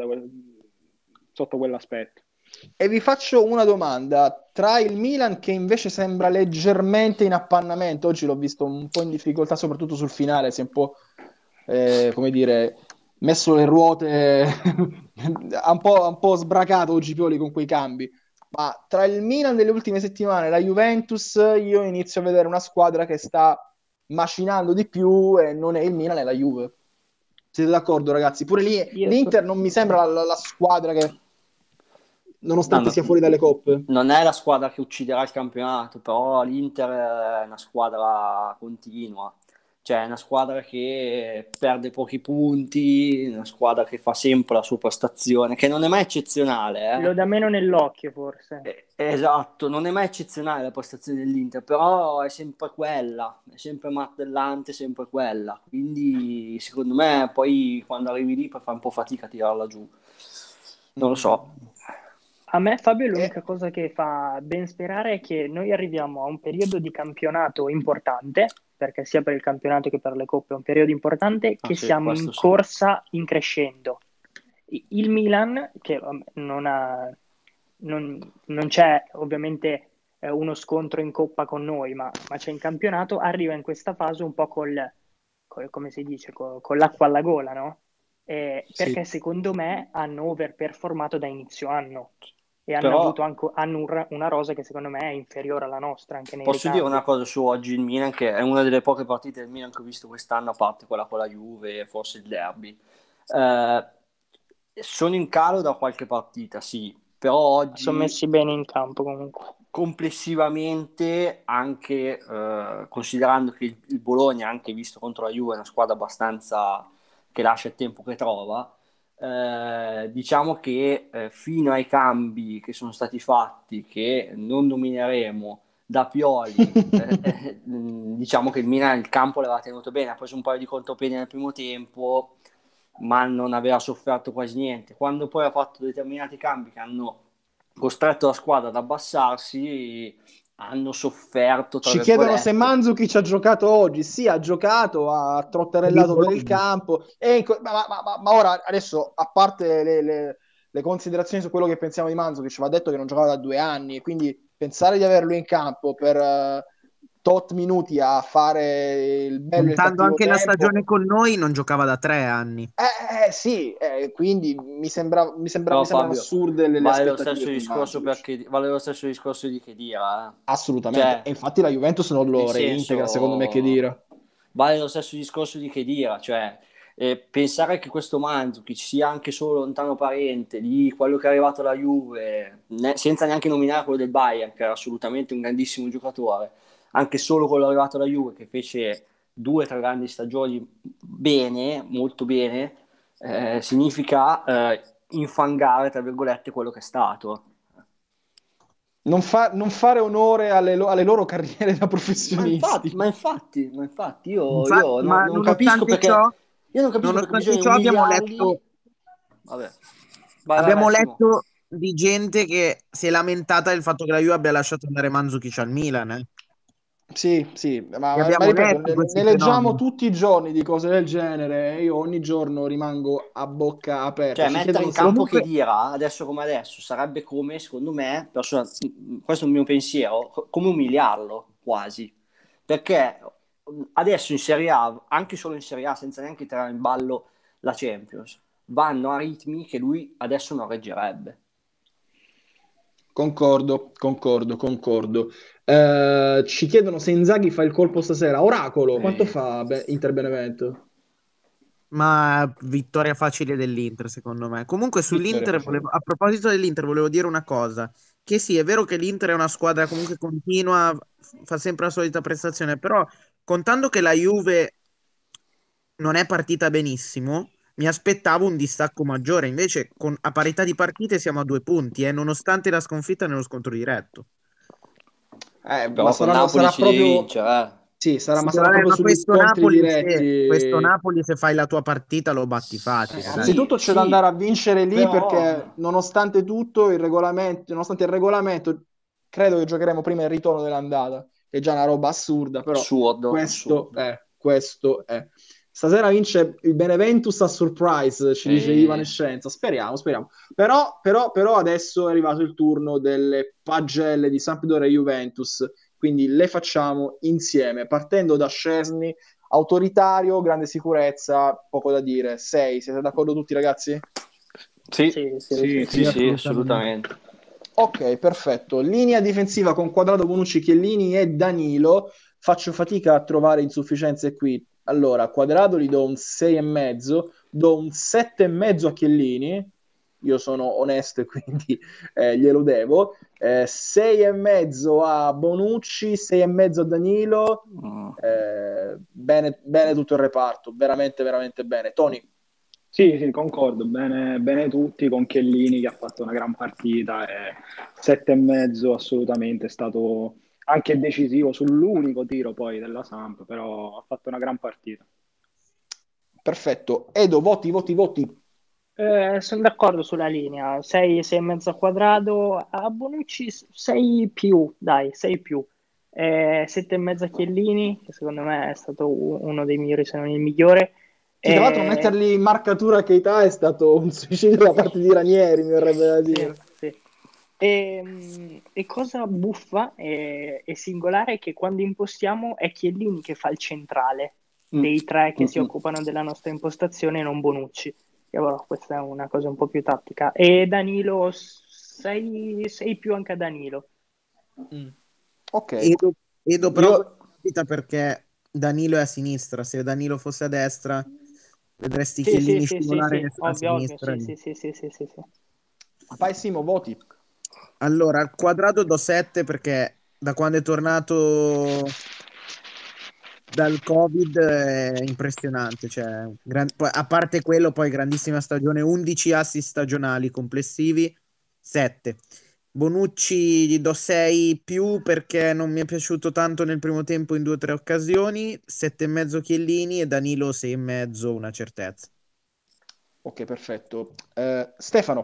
sotto quell'aspetto. E vi faccio una domanda, tra il Milan che invece sembra leggermente in appannamento, oggi l'ho visto un po' in difficoltà soprattutto sul finale, si è un po', come dire, messo le ruote, ha un po' sbracato oggi Pioli con quei cambi, ma tra il Milan delle ultime settimane e la Juventus io inizio a vedere una squadra che sta macinando di più e non è il Milan, è la Juve. Siete d'accordo, ragazzi? Pure lì l'Inter non mi sembra la squadra che nonostante sia fuori dalle coppe. Non è la squadra che ucciderà il campionato, però l'Inter è una squadra continua, cioè è una squadra che perde pochi punti, una squadra che fa sempre la sua prestazione, che non è mai eccezionale. Lo dà meno nell'occhio, forse. Esatto, non è mai eccezionale la prestazione dell'Inter, però è sempre quella, è sempre martellante, sempre quella. Quindi secondo me poi quando arrivi lì puoi fare un po' fatica a tirarla giù. Non lo so. A me, Fabio, l'unica cosa che fa ben sperare è che noi arriviamo a un periodo di campionato importante, perché sia per il campionato che per le coppe è un periodo importante, che sì, siamo questo in sì. corsa in crescendo. Il Milan, che non c'è ovviamente uno scontro in coppa con noi, ma c'è in campionato, arriva in questa fase un po' come si dice, con l'acqua alla gola, no? Perché secondo me hanno overperformato da inizio anno e hanno Però avuto anche una rosa che secondo me è inferiore alla nostra anche nei posso dire ricambi. una cosa su oggi il Milan, che è una delle poche partite del Milan che ho visto quest'anno, a parte quella con la Juve e forse il derby. Sono in calo da qualche partita, sì, però oggi Sono messi bene in campo comunque. complessivamente, anche considerando che il Bologna, anche visto contro la Juve, è una squadra abbastanza che lascia il tempo che trova, diciamo che fino ai cambi che sono stati fatti, che non nomineremo, da Pioli, diciamo che il Milan il campo l'aveva tenuto bene, ha preso un paio di contropiedi nel primo tempo, ma non aveva sofferto quasi niente. Quando poi ha fatto determinati cambi che hanno costretto la squadra ad abbassarsi, hanno sofferto, tra Ci chiedono se virgolette. Mandzukic ha giocato oggi. Sì, ha giocato, ha trotterellato per il campo. Ma ora, adesso, a parte le considerazioni su quello che pensiamo di Mandzukic, va detto che non giocava da 2 anni, quindi pensare di averlo in campo per tot minuti a fare il bello e il Contando cattivo anche la tempo. stagione con noi, non giocava da 3 anni. Sì, quindi mi Però sembrano Fabio, assurde le vale lo aspettative stesso su discorso Mandzukic. vale lo stesso discorso di Khedira, eh. Assolutamente. E Cioè, infatti la Juventus non lo nel reintegra, secondo me, che senso, dire. vale lo stesso discorso di Khedira, cioè pensare che questo Mandzukic sia anche solo lontano parente di quello che è arrivato alla Juve, senza neanche nominare quello del Bayern, che era assolutamente un grandissimo giocatore, anche solo quello arrivato alla Juve, che fece 2 o 3 grandi stagioni bene, molto bene, significa infangare, tra virgolette, quello che è stato. Non fare onore alle loro carriere da Ma infatti, professionisti. io Ma non capisco perché, io non capisco perché nonostante bisogna ciò umiliarli. Vabbè, vai abbiamo Simo. letto di gente che si è lamentata del fatto che la Juve abbia lasciato andare Mandzukic al Milan. Sì, sì, Li ma abbiamo ripeto, letti questi ne leggiamo fenomeni. tutti i giorni di cose del genere e io ogni giorno rimango a bocca aperta. Cioè, Ci mettere chiedono in se... campo Comunque, Khedira, adesso come adesso, sarebbe come, secondo me, questo è il mio pensiero, come umiliarlo, quasi. Perché adesso in Serie A, anche solo in Serie A, senza neanche tirare in ballo la Champions, vanno a ritmi che lui adesso non reggerebbe. Concordo. Ci chiedono se Inzaghi fa il colpo stasera. Oracolo, quanto fa Inter Benevento? ma vittoria facile dell'Inter, secondo me. Comunque Vittoria sull'Inter, facile. a proposito dell'Inter, volevo dire una cosa. Che sì, è vero che l'Inter è una squadra comunque continua, fa sempre la solita prestazione, però contando che la Juve non è partita benissimo, mi aspettavo un distacco maggiore. Invece, a parità di partite siamo a 2 punti, nonostante la sconfitta nello scontro diretto. Ma Però con Napoli sarà ci devi proprio... vincere, eh. Sì, Sì, ma sarà vabbè, proprio ma sugli scontri questo diretti. Napoli, se fai la tua partita, lo batti facile, dai. Sì, Anzitutto c'è da andare sì, a vincere lì però perché nonostante tutto nonostante il regolamento, credo che giocheremo prima il ritorno dell'andata, che è già una roba assurda, però assurdo. questo è. Stasera vince il Beneventus a surprise, ci dice Ivan e Scienza. Speriamo. Però adesso è arrivato il turno delle pagelle di Sampdoria e Juventus, quindi le facciamo insieme, partendo da Szczesny. Autoritario, grande sicurezza, poco da dire. 6, siete d'accordo tutti ragazzi? Sì, assolutamente. Ok, perfetto. Linea difensiva con Quadrado, Bonucci, Chiellini e Danilo. Faccio fatica a trovare insufficienze qui. Allora, Quadrado gli do un 6,5, do un 7,5 a Chiellini. Io sono onesto e quindi glielo devo. 6,5 a Bonucci, 6,5 a Danilo. Bene tutto il reparto, veramente, veramente bene. Tony. Sì, concordo, bene tutti con Chiellini che ha fatto una gran partita e 7,5 assolutamente, è stato anche decisivo sull'unico tiro poi della Samp, però ha fatto una gran partita. Perfetto. Edo, voti. Sono d'accordo sulla linea, 6, 6 e mezzo a Quadrado, a Bonucci 6 più, dai, 6 più. 7 e mezzo a Chiellini, che secondo me è stato uno dei migliori, se non il migliore. Sì, tra l'altro metterli in marcatura Keita è stato un suicidio da parte di Ranieri, mi verrebbe da dire. Sì. E cosa buffa e singolare è che quando impostiamo è Chiellini che fa il centrale dei tre che si occupano della nostra impostazione e non Bonucci. E allora questa è una cosa un po' più tattica. E Danilo, 6 più anche a Danilo. Ok. Edo però perché Danilo è a sinistra. Se Danilo fosse a destra, vedresti Chiellini scivolare sulla ovvio, sinistra. sì. Vai Simo, voti. Allora, al Quadrado do 7 perché da quando è tornato dal Covid è impressionante. Cioè, a parte quello, poi grandissima stagione, 11 assist stagionali complessivi, 7. Bonucci gli do 6 più perché non mi è piaciuto tanto nel primo tempo in 2 o 3 occasioni, 7,5 Chiellini e Danilo 6,5, una certezza. Ok, perfetto. Stefano.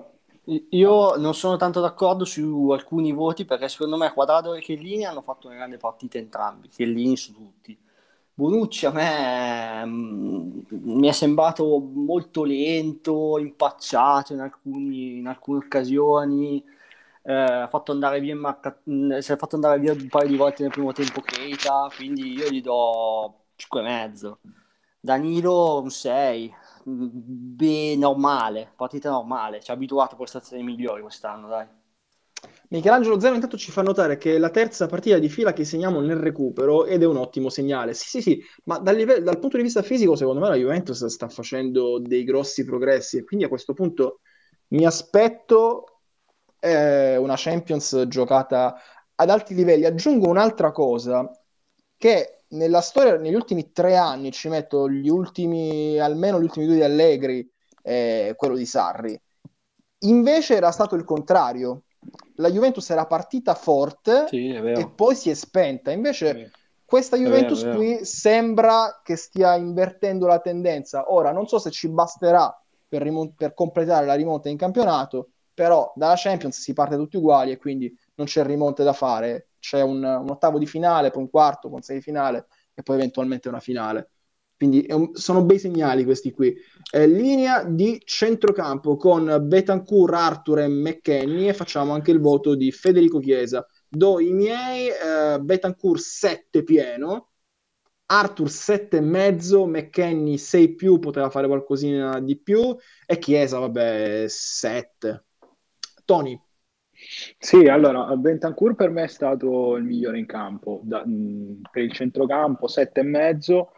Io non sono tanto d'accordo su alcuni voti perché secondo me Quadrado e Chiellini hanno fatto una grande partita entrambi, Chiellini su tutti. Bonucci a me mi è sembrato molto lento, impacciato in alcune occasioni, ha fatto andare via si è fatto andare via un paio di volte nel primo tempo Keita, quindi io gli do 5,5. Danilo un 6, beh, normale, partita normale, ci ha abituato a prestazioni migliori quest'anno, dai. Michelangelo Zero intanto ci fa notare che è la terza partita di fila che segniamo nel recupero ed è un ottimo segnale. Sì, sì, sì, ma dal punto di vista fisico, secondo me la Juventus sta facendo dei grossi progressi e quindi a questo punto mi aspetto una Champions giocata ad alti livelli. Aggiungo un'altra cosa, che nella storia, negli ultimi 3 anni, ci metto almeno gli ultimi due di Allegri e quello di Sarri. Invece era stato il contrario. La Juventus era partita forte Sì, è e vero. poi si è spenta. Invece questa È vero, Juventus è vero. qui sembra che stia invertendo la tendenza. Ora, non so se ci basterà per completare la rimonta in campionato, però dalla Champions si parte tutti uguali e quindi non c'è rimonte da fare. C'è un ottavo di finale, poi un quarto, poi un semifinale e poi eventualmente una finale. Quindi sono bei segnali questi qui. Linea di centrocampo con Betancourt, Arthur e McKennie e facciamo anche il voto di Federico Chiesa. Do i miei, Betancourt 7 pieno, Arthur 7 e mezzo, McKennie 6 più, poteva fare qualcosina di più e Chiesa, vabbè, 7. Tony, Sì, allora, Bentancur per me è stato il migliore in campo, per il centrocampo 7,5.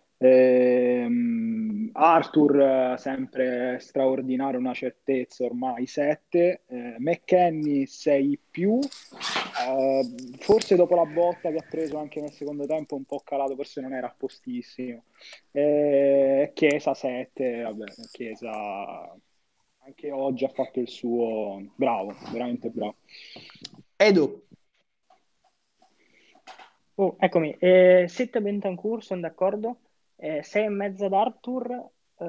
Arthur sempre straordinario, una certezza ormai 7. McKennie 6 più. Forse dopo la botta che ha preso anche nel secondo tempo un po' calato, forse non era appostissimo. Chiesa 7, vabbè, Chiesa anche oggi ha fatto il suo, bravo, veramente bravo. Edo, Oh, eccomi, 7 Bentancur, sono d'accordo, 6 e mezza ad Arthur,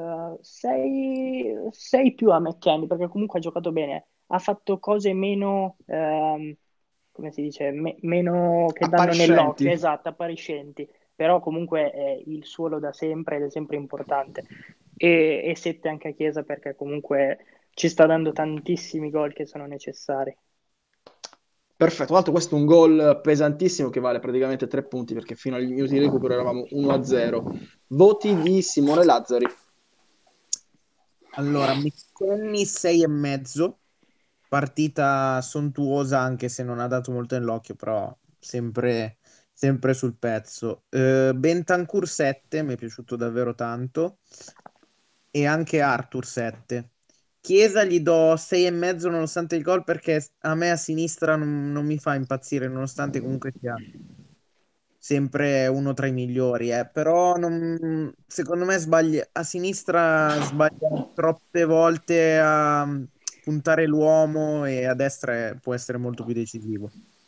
6 più a McKennie, perché comunque ha giocato bene, ha fatto cose meno, come si dice, meno che danno nell'occhio, appariscenti. esatto, appariscenti, però comunque il suo lo da sempre ed è sempre importante. E 7 anche a Chiesa perché comunque ci sta dando tantissimi gol che sono necessari. Perfetto, tra l'altro questo è un gol pesantissimo che vale praticamente 3 punti perché fino agli minuti di recupero eravamo 1-0. Voti di Simone Lazzari. Allora, McKennie 6,5, partita sontuosa anche se non ha dato molto nell'occhio, però sempre sul pezzo. Bentancur 7, mi è piaciuto davvero tanto, e anche Arthur 7. Chiesa gli do 6,5 nonostante il gol perché a me a sinistra non mi fa impazzire, nonostante comunque sia sempre uno tra i migliori, però secondo me sbaglia, a sinistra sbaglia troppe volte a puntare l'uomo e a destra può essere molto più decisivo.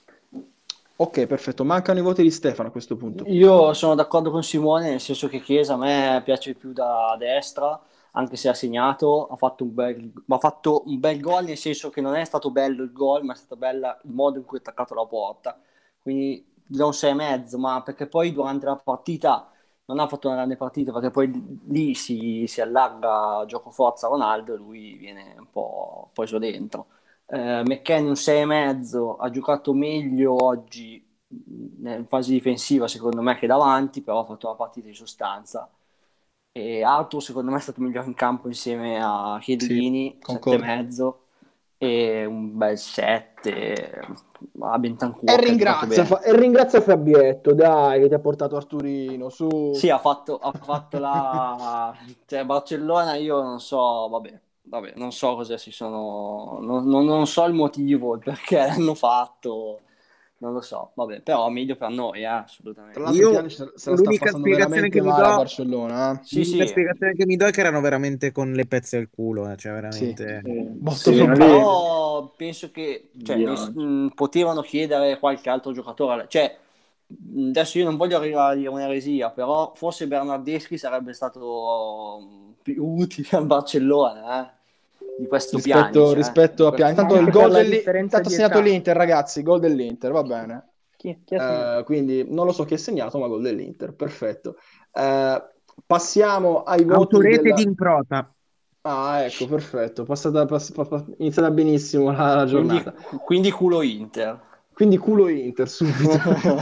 Ok, perfetto. Mancano i voti di Stefano a questo punto. Io sono d'accordo con Simone, nel senso che Chiesa a me piace più da destra, anche se ha segnato, ha fatto un bel gol, nel senso che non è stato bello il gol, ma è stato bello il modo in cui ha attaccato la porta. Quindi gli do un 6,5, ma perché poi durante la partita non ha fatto una grande partita, perché poi lì si allarga gioco forza Ronaldo e lui viene un po' preso dentro. McKennie un 6,5, ha giocato meglio oggi in fase difensiva secondo me che davanti, però ha fatto una partita di sostanza. E Arthur secondo me è stato migliore in campo insieme a Sì, Chiellini, concordo. 7,5, e un bel 7 a E Bentancur che ha giocato ringrazia, bene. e ringrazia Fabietto, dai, che ti ha portato Arturino, su. Sì, ha fatto la cioè, Barcellona, io non so, vabbè, non so cosa si sono, non so il motivo, il perché l'hanno fatto, non lo so, vabbè, però meglio per noi, Tra assolutamente. l'altro Io Pjanic se la sta l'unica passando spiegazione che veramente mi male a do, Barcellona, eh? Sì, l'unica sì, spiegazione che mi do è che erano veramente con le pezze al culo, cioè Sì, veramente. molto Sì, ma probabile. lì però penso che cioè, Bianchi. potevano chiedere qualche altro giocatore, cioè adesso io non voglio arrivare a dire un'eresia, però forse Bernardeschi sarebbe stato più utile al Barcellona, eh. di questo Pjanic. Rispetto a Pjanic. Intanto il Anche per gol la differenza intanto ha di segnato età. l'Inter, ragazzi, gol dell'Inter, va bene. Chi ha segnato? Quindi non lo so chi ha segnato, ma gol dell'Inter, perfetto. Passiamo ai voti Autorete di della... Improta. Ah, ecco, perfetto, iniziata benissimo la giornata. Quindi culo Inter. Quindi culo Inter subito.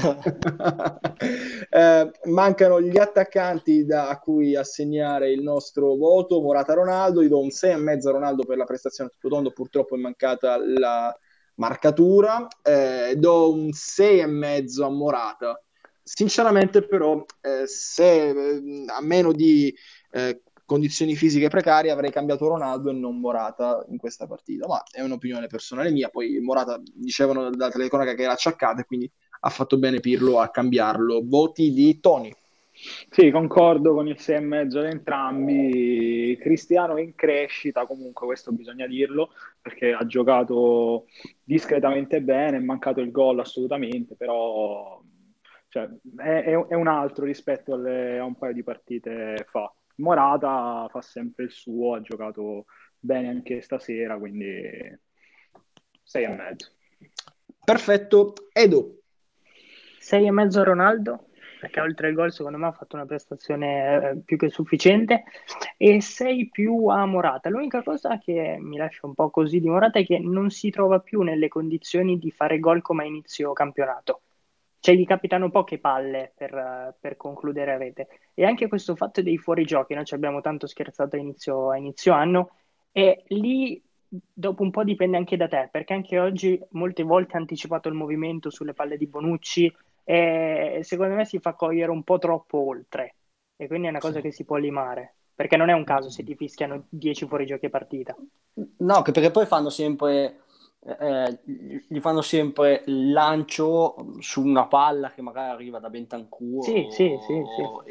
Mancano gli attaccanti a cui assegnare il nostro voto. Morata Ronaldo, io do un 6,5 a Ronaldo per la prestazione a tutto tondo, purtroppo è mancata la marcatura. Do un 6,5 a Morata. Sinceramente però, se a meno di condizioni fisiche precarie avrei cambiato Ronaldo e non Morata in questa partita, ma è un'opinione personale mia. Poi Morata dicevano da telecronaca che era acciaccato e quindi ha fatto bene Pirlo a cambiarlo. Voti di Tony. Sì, concordo con il 6,5 di entrambi. Cristiano in crescita, comunque questo bisogna dirlo, perché ha giocato discretamente bene, è mancato il gol assolutamente, però cioè, è un altro rispetto a un paio di partite fa. Morata fa sempre il suo, ha giocato bene anche stasera, quindi 6,5. Perfetto. Edo. 6,5 a Ronaldo, perché oltre il gol secondo me ha fatto una prestazione più che sufficiente, e 6 più a Morata. L'unica cosa che mi lascia un po' così di Morata è che non si trova più nelle condizioni di fare gol come a inizio campionato. Cioè gli capitano poche palle per concludere a rete. E anche questo fatto dei fuorigiochi, noi ci abbiamo tanto scherzato a inizio anno, e lì dopo un po' dipende anche da te, perché anche oggi molte volte ha anticipato il movimento sulle palle di Bonucci, e secondo me si fa cogliere un po' troppo oltre, e quindi è una cosa che si può limare, perché non è un caso se ti fischiano 10 fuorigiochi a partita. No, che perché poi fanno sempre, gli fanno sempre il lancio su una palla che magari arriva da Sì, sì, sì, sì. Bentancur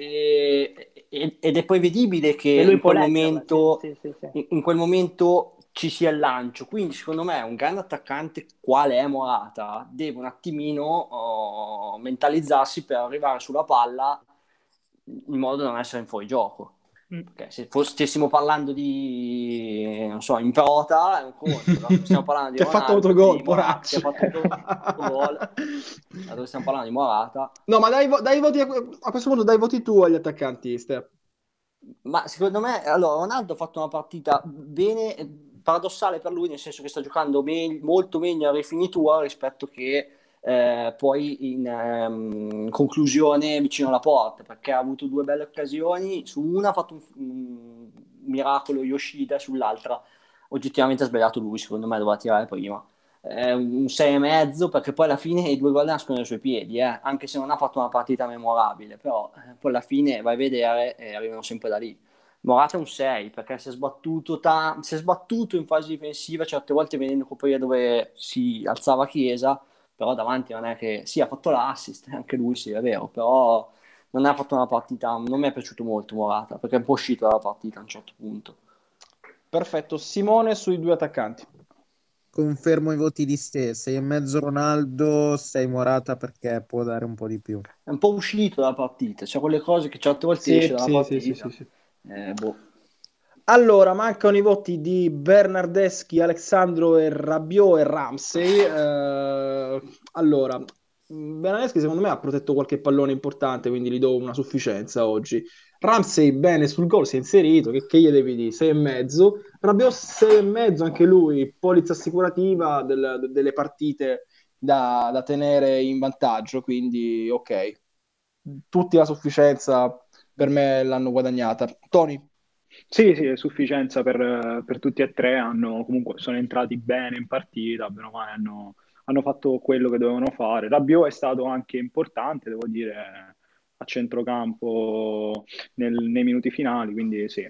ed è poi vedibile che E lui in può quel leggerla, sì, momento, sì, sì, sì. in quel momento ci sia il lancio. Quindi secondo me un grande attaccante quale è Morata deve un attimino mentalizzarsi per arrivare sulla palla in modo da non essere in fuorigioco. Perché se stessimo parlando di, non so, Improta è un conto, no? Stiamo parlando di Che ha fatto Ronaldo, autogol, di Morata, che ha poraccio. fatto autogol, allora stiamo parlando di Morata. No, ma dai voti a questo punto, dai voti tu agli attaccanti, Ste. Ma secondo me, allora, Ronaldo ha fatto una partita bene, paradossale per lui, nel senso che sta giocando molto meglio a rifinitura rispetto che poi in conclusione vicino alla porta, perché ha avuto due belle occasioni, su una ha fatto un miracolo Yoshida, sull'altra oggettivamente ha sbagliato lui, secondo me doveva tirare prima. Un 6,5 perché poi alla fine i due gol nascono dai suoi piedi, anche se non ha fatto una partita memorabile, però poi alla fine vai a vedere e arrivano sempre da lì. Morata è un 6 perché si è sbattuto in fase difensiva, certe volte venendo a coprire dove si alzava Chiesa, però davanti non è che sì, ha fatto l'assist, anche lui sì, è vero, però non ha fatto una partita, non mi è piaciuto molto Morata perché è un po' uscito dalla partita a un certo punto. Perfetto. Simone sui due attaccanti. Confermo i voti di Ste, 6,5 Ronaldo, 6 Morata perché può dare un po' di più. È un po' uscito dalla partita, c'è quelle cose che certe volte esce Sì, dalla sì, sì, sì, partita. sì, sì. Boh. Allora, mancano i voti di Bernardeschi, Alexandro e Rabiot e Ramsey. Allora, Bernardeschi secondo me ha protetto qualche pallone importante, quindi gli do una sufficienza oggi. Ramsey bene sul gol, si è inserito, che gli devi dire? 6,5. Rabiot 6,5, anche lui, polizza assicurativa delle partite da tenere in vantaggio, quindi ok. Tutti la sufficienza per me l'hanno guadagnata. Tony? Sì, sì, è sufficienza per tutti e tre, comunque sono entrati bene in partita, bene o male hanno fatto quello che dovevano fare. Rabiot è stato anche importante, devo dire, a centrocampo nei minuti finali, quindi sì,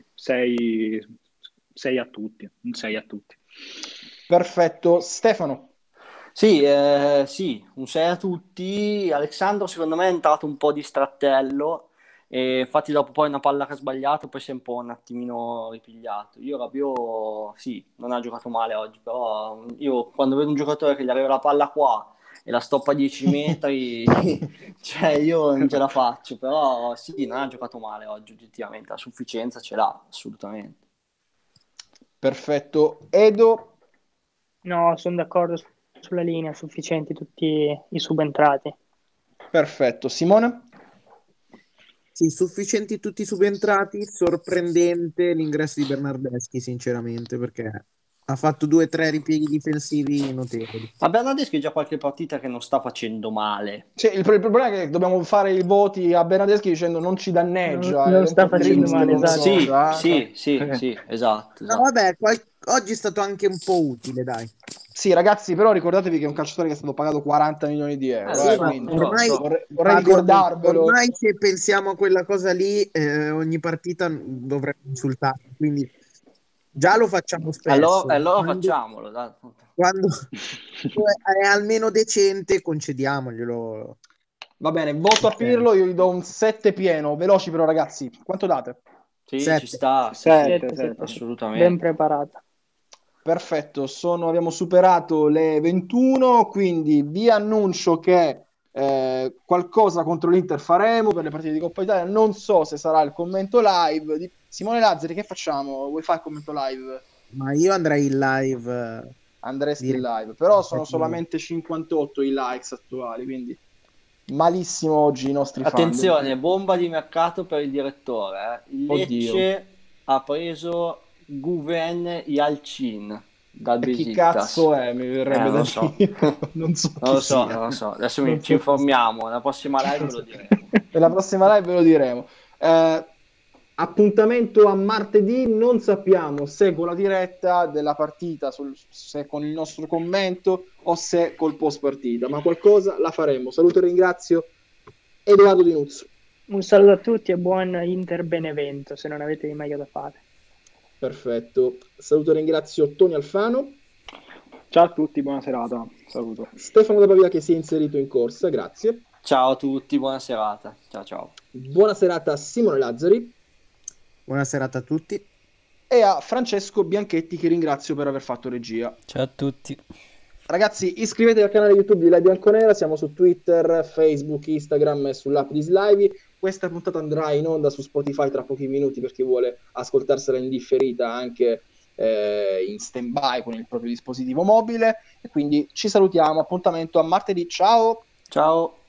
6 a tutti, un 6 a tutti. Perfetto. Stefano? Sì, un 6 a tutti. Alessandro secondo me è entrato un po' di strattello e infatti dopo poi una palla che ha sbagliato poi si è un attimino ripigliato. Io Rabiot sì, non ha giocato male oggi, però io quando vedo un giocatore che gli arriva la palla qua e la stoppa a 10 metri, cioè io non ce la faccio, però sì, non ha giocato male oggi oggettivamente, la sufficienza ce l'ha assolutamente. Perfetto. Edo? No, sono d'accordo sulla linea, sufficienti tutti i subentrati. Perfetto. Simone? Sì, sufficienti tutti i subentrati, sorprendente l'ingresso di Bernardeschi, sinceramente, perché ha fatto 2 o 3 ripieghi difensivi notevoli. Ma Bernardeschi è già qualche partita che non sta facendo male. Cioè, il problema è che dobbiamo fare i voti a Bernardeschi dicendo non ci danneggia. Non è sta un po' facendo triste male, come esatto. Sì, cosa, sì, sì, esatto. No, vabbè, oggi è stato anche un po' utile, dai. Sì, ragazzi, però ricordatevi che è un calciatore che è stato pagato 40 milioni di euro. Sì, ma Quindi ormai, vorrei ricordarvelo. ormai se pensiamo a quella cosa lì, ogni partita dovremmo insultarlo, quindi già lo facciamo spesso. Allora facciamolo. Dai. Quando è almeno decente, concediamoglielo. Va bene, voto a Pirlo, io gli do un 7 pieno. Veloci però, ragazzi. Quanto date? Sì, 7. ci sta, sì, Sette, sì, sette. assolutamente. Ben preparata. Perfetto, abbiamo superato le 21, quindi vi annuncio che qualcosa contro l'Inter faremo per le partite di Coppa Italia. Non so se sarà il commento live. Simone Lazzari, che facciamo? Vuoi fare il commento live? Ma io andrei in live. Andresti in live, però sono solamente 58 i likes attuali, quindi malissimo oggi i nostri fan. Attenzione, bomba di mercato per il direttore. Il Oddio. Lecce ha preso Guven Yalcin dal Chi Besiktas. cazzo è? Mi verrebbe da non so. dire. Non so Non lo chi so, sia. non lo so. Adesso Non ci so chi informiamo, nella prossima live ve lo diremo. Nella prossima live ve lo diremo. Appuntamento a martedì, non sappiamo se con la diretta della partita, se con il nostro commento o se col post partita, ma qualcosa la faremo. Saluto e ringrazio Edoardo Di Nuzzo. Un saluto a tutti e buon Inter Benevento, se non avete di meglio da fare. Perfetto. Saluto e ringrazio Tony Alfano. Ciao a tutti, buona serata. Saluto. Stefano Da Pavia che si è inserito in corsa, grazie. Ciao a tutti, buona serata. Ciao ciao. Buona serata a Simone Lazzari. Buona serata a tutti. E a Francesco Bianchetti che ringrazio per aver fatto regia. Ciao a tutti. Ragazzi, iscrivetevi al canale YouTube di La Bianconera, siamo su Twitter, Facebook, Instagram e sull'app di Slivy. Questa puntata andrà in onda su Spotify tra pochi minuti per chi vuole ascoltarsela in differita anche in stand-by con il proprio dispositivo mobile. E quindi ci salutiamo, appuntamento a martedì, ciao! Ciao!